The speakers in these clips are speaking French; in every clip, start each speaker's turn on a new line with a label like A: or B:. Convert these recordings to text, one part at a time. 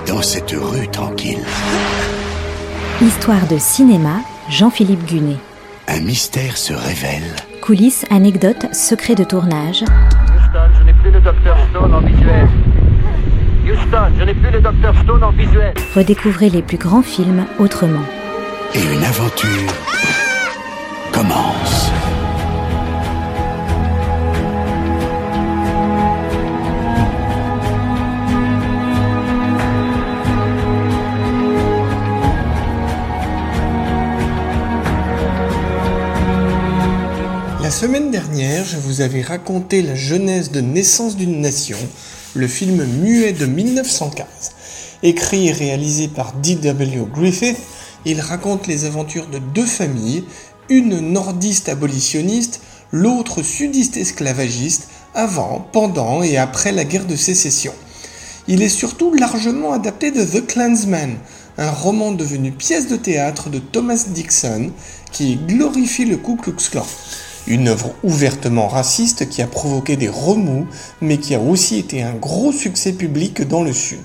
A: dans cette rue tranquille.
B: Histoire de cinéma, Jean-Philippe Gunet.
A: Un mystère se révèle.
B: Coulisses, anecdotes, secrets de tournage.
C: Houston, je n'ai plus le Dr Stone en visuel. Houston, je n'ai plus le Dr Stone en visuel.
B: Redécouvrez les plus grands films autrement.
A: Et une aventure commence.
D: La semaine dernière, je vous avais raconté la genèse de Naissance d'une nation, le film muet de 1915. Écrit et réalisé par D.W. Griffith, il raconte les aventures de deux familles, une nordiste abolitionniste, l'autre sudiste esclavagiste, avant, pendant et après la guerre de sécession. Il est surtout largement adapté de The Klansman, un roman devenu pièce de théâtre de Thomas Dixon qui glorifie le Ku Klux Klan. Une œuvre ouvertement raciste qui a provoqué des remous, mais qui a aussi été un gros succès public dans le Sud.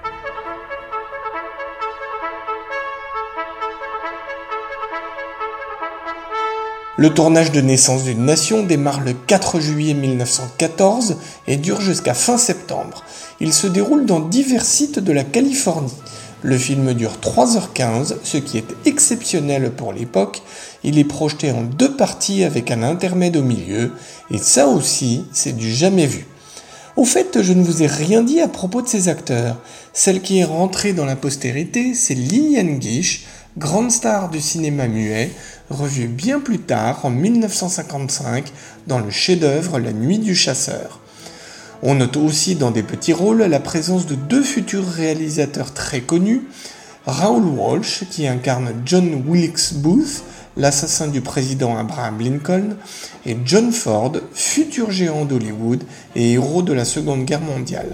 D: Le tournage de Naissance d'une nation démarre le 4 juillet 1914 et dure jusqu'à fin septembre. Il se déroule dans divers sites de la Californie. Le film dure 3h15, ce qui est exceptionnel pour l'époque. Il est projeté en 2 parties avec un intermède au milieu, et ça aussi, c'est du jamais vu. Au fait, je ne vous ai rien dit à propos de ces acteurs. Celle qui est rentrée dans la postérité, c'est Lillian Gish, grande star du cinéma muet, revue bien plus tard, en 1955, dans le chef-d'œuvre La Nuit du Chasseur. On note aussi dans des petits rôles la présence de 2 futurs réalisateurs très connus, Raoul Walsh, qui incarne John Wilkes Booth, l'assassin du président Abraham Lincoln, et John Ford, futur géant d'Hollywood et héros de la Seconde Guerre mondiale.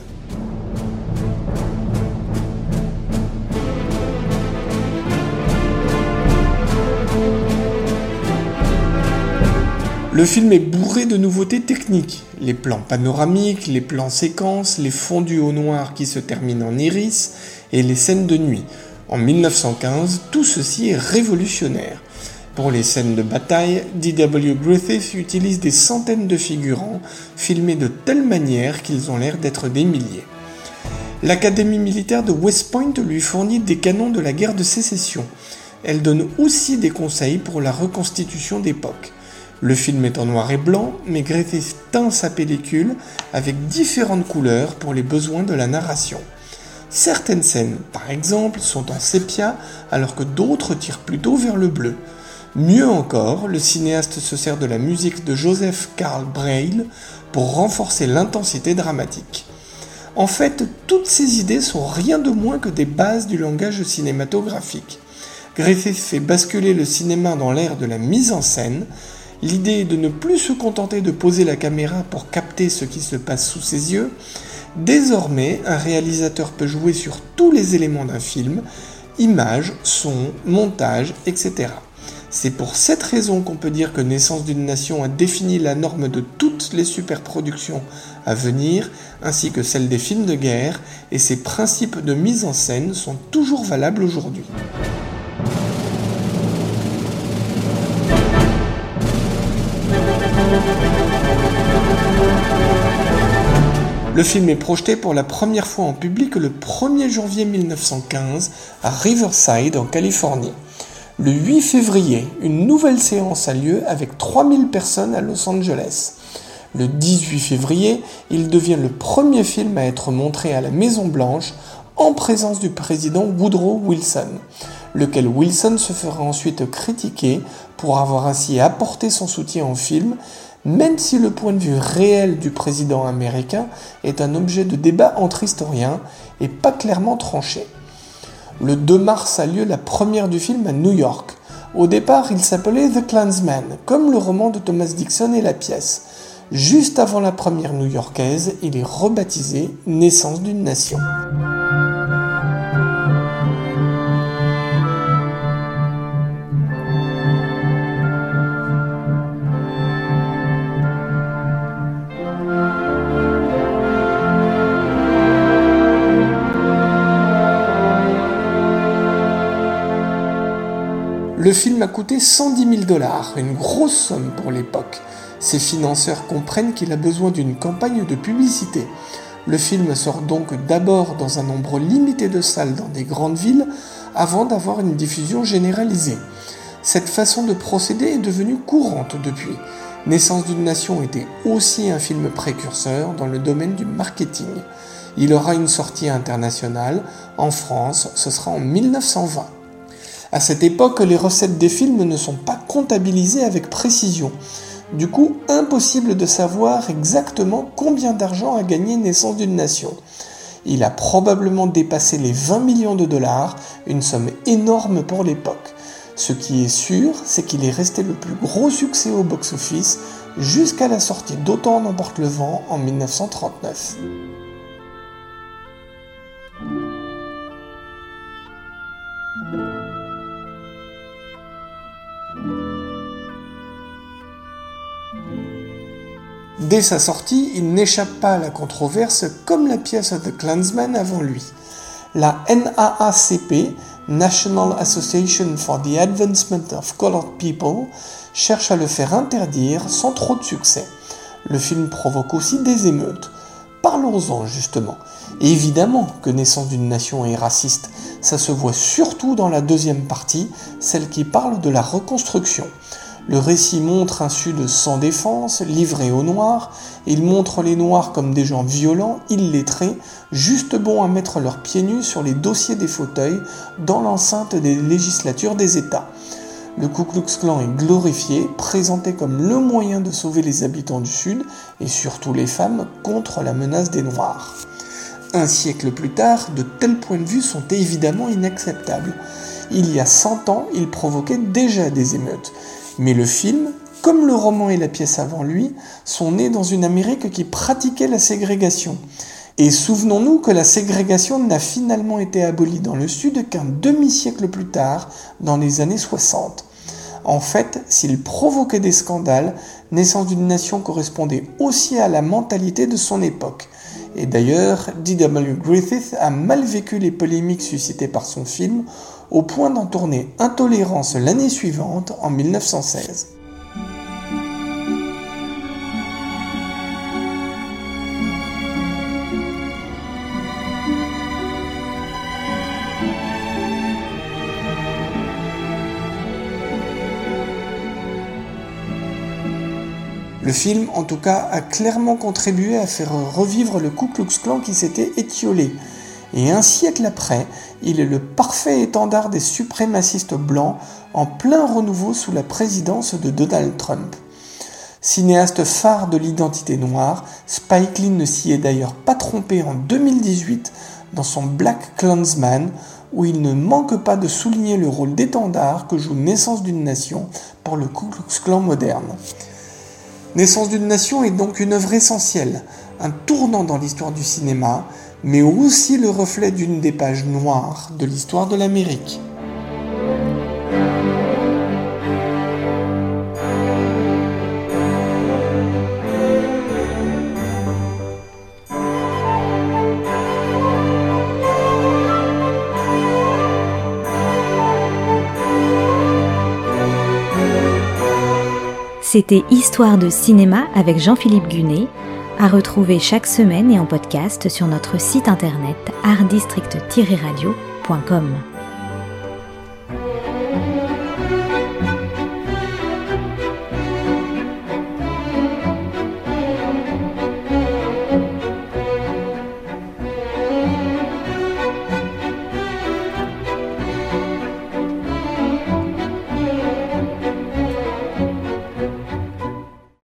D: Le film est bourré de nouveautés techniques. Les plans panoramiques, les plans séquences, les fondus au noir qui se terminent en iris et les scènes de nuit. En 1915, tout ceci est révolutionnaire. Pour les scènes de bataille, D.W. Griffith utilise des centaines de figurants filmés de telle manière qu'ils ont l'air d'être des milliers. L'Académie militaire de West Point lui fournit des canons de la guerre de sécession. Elle donne aussi des conseils pour la reconstitution d'époque. Le film est en noir et blanc, mais Griffith teint sa pellicule avec différentes couleurs pour les besoins de la narration. Certaines scènes, par exemple, sont en sépia, alors que d'autres tirent plutôt vers le bleu. Mieux encore, le cinéaste se sert de la musique de Joseph Karl Breuil pour renforcer l'intensité dramatique. En fait, toutes ces idées sont rien de moins que des bases du langage cinématographique. Griffith fait basculer le cinéma dans l'ère de la mise en scène. L'idée est de ne plus se contenter de poser la caméra pour capter ce qui se passe sous ses yeux. Désormais, un réalisateur peut jouer sur tous les éléments d'un film, images, son, montage, etc. C'est pour cette raison qu'on peut dire que Naissance d'une nation a défini la norme de toutes les superproductions à venir, ainsi que celle des films de guerre, et ses principes de mise en scène sont toujours valables aujourd'hui. Le film est projeté pour la première fois en public le 1er janvier 1915 à Riverside en Californie. Le 8 février, une nouvelle séance a lieu avec 3000 personnes à Los Angeles. Le 18 février, il devient le premier film à être montré à la Maison-Blanche en présence du président Woodrow Wilson, lequel Wilson se fera ensuite critiquer pour avoir ainsi apporté son soutien au film, même si le point de vue réel du président américain est un objet de débat entre historiens et pas clairement tranché. Le 2 mars a lieu la première du film à New York. Au départ, il s'appelait The Klansman, comme le roman de Thomas Dixon et la pièce. Juste avant la première new-yorkaise, il est rebaptisé Naissance d'une nation. Le film a coûté 110 000 $, une grosse somme pour l'époque. Ses financeurs comprennent qu'il a besoin d'une campagne de publicité. Le film sort donc d'abord dans un nombre limité de salles dans des grandes villes avant d'avoir une diffusion généralisée. Cette façon de procéder est devenue courante depuis. Naissance d'une nation était aussi un film précurseur dans le domaine du marketing. Il aura une sortie internationale. En France, ce sera en 1920. À cette époque, les recettes des films ne sont pas comptabilisées avec précision. Du coup, impossible de savoir exactement combien d'argent a gagné Naissance d'une nation. Il a probablement dépassé les 20 millions de $, une somme énorme pour l'époque. Ce qui est sûr, c'est qu'il est resté le plus gros succès au box-office jusqu'à la sortie d'Autant n'emporte le vent en 1939. Dès sa sortie, il n'échappe pas à la controverse comme la pièce The Klansman avant lui. La NAACP, National Association for the Advancement of Colored People, cherche à le faire interdire sans trop de succès. Le film provoque aussi des émeutes. Parlons-en justement. Et évidemment que Naissance d'une nation est raciste, ça se voit surtout dans la deuxième partie, celle qui parle de la reconstruction. Le récit montre un Sud sans défense, livré aux Noirs. Il montre les Noirs comme des gens violents, illettrés, juste bons à mettre leurs pieds nus sur les dossiers des fauteuils dans l'enceinte des législatures des États. Le Ku Klux Klan est glorifié, présenté comme le moyen de sauver les habitants du Sud, et surtout les femmes, contre la menace des Noirs. Un siècle plus tard, de tels points de vue sont évidemment inacceptables. Il y a 100 ans, il provoquait déjà des émeutes. Mais le film, comme le roman et la pièce avant lui, sont nés dans une Amérique qui pratiquait la ségrégation. Et souvenons-nous que la ségrégation n'a finalement été abolie dans le Sud qu'un demi-siècle plus tard, dans les années 60. En fait, s'il provoquait des scandales, Naissance d'une nation correspondait aussi à la mentalité de son époque. Et d'ailleurs, D.W. Griffith a mal vécu les polémiques suscitées par son film, au point d'en tourner Intolérance l'année suivante, en 1916. Le film, en tout cas, a clairement contribué à faire revivre le Ku Klux Klan qui s'était étiolé. Et un siècle après, il est le parfait étendard des suprémacistes blancs en plein renouveau sous la présidence de Donald Trump. Cinéaste phare de l'identité noire, Spike Lee ne s'y est d'ailleurs pas trompé en 2018 dans son Black Klansman, où il ne manque pas de souligner le rôle d'étendard que joue Naissance d'une nation pour le Ku Klux Klan moderne. Naissance d'une nation est donc une œuvre essentielle, un tournant dans l'histoire du cinéma, mais aussi le reflet d'une des pages noires de l'histoire de l'Amérique.
B: C'était Histoire de cinéma avec Jean-Philippe Gunet, à retrouver chaque semaine et en podcast sur notre site internet artdistrict-radio.com.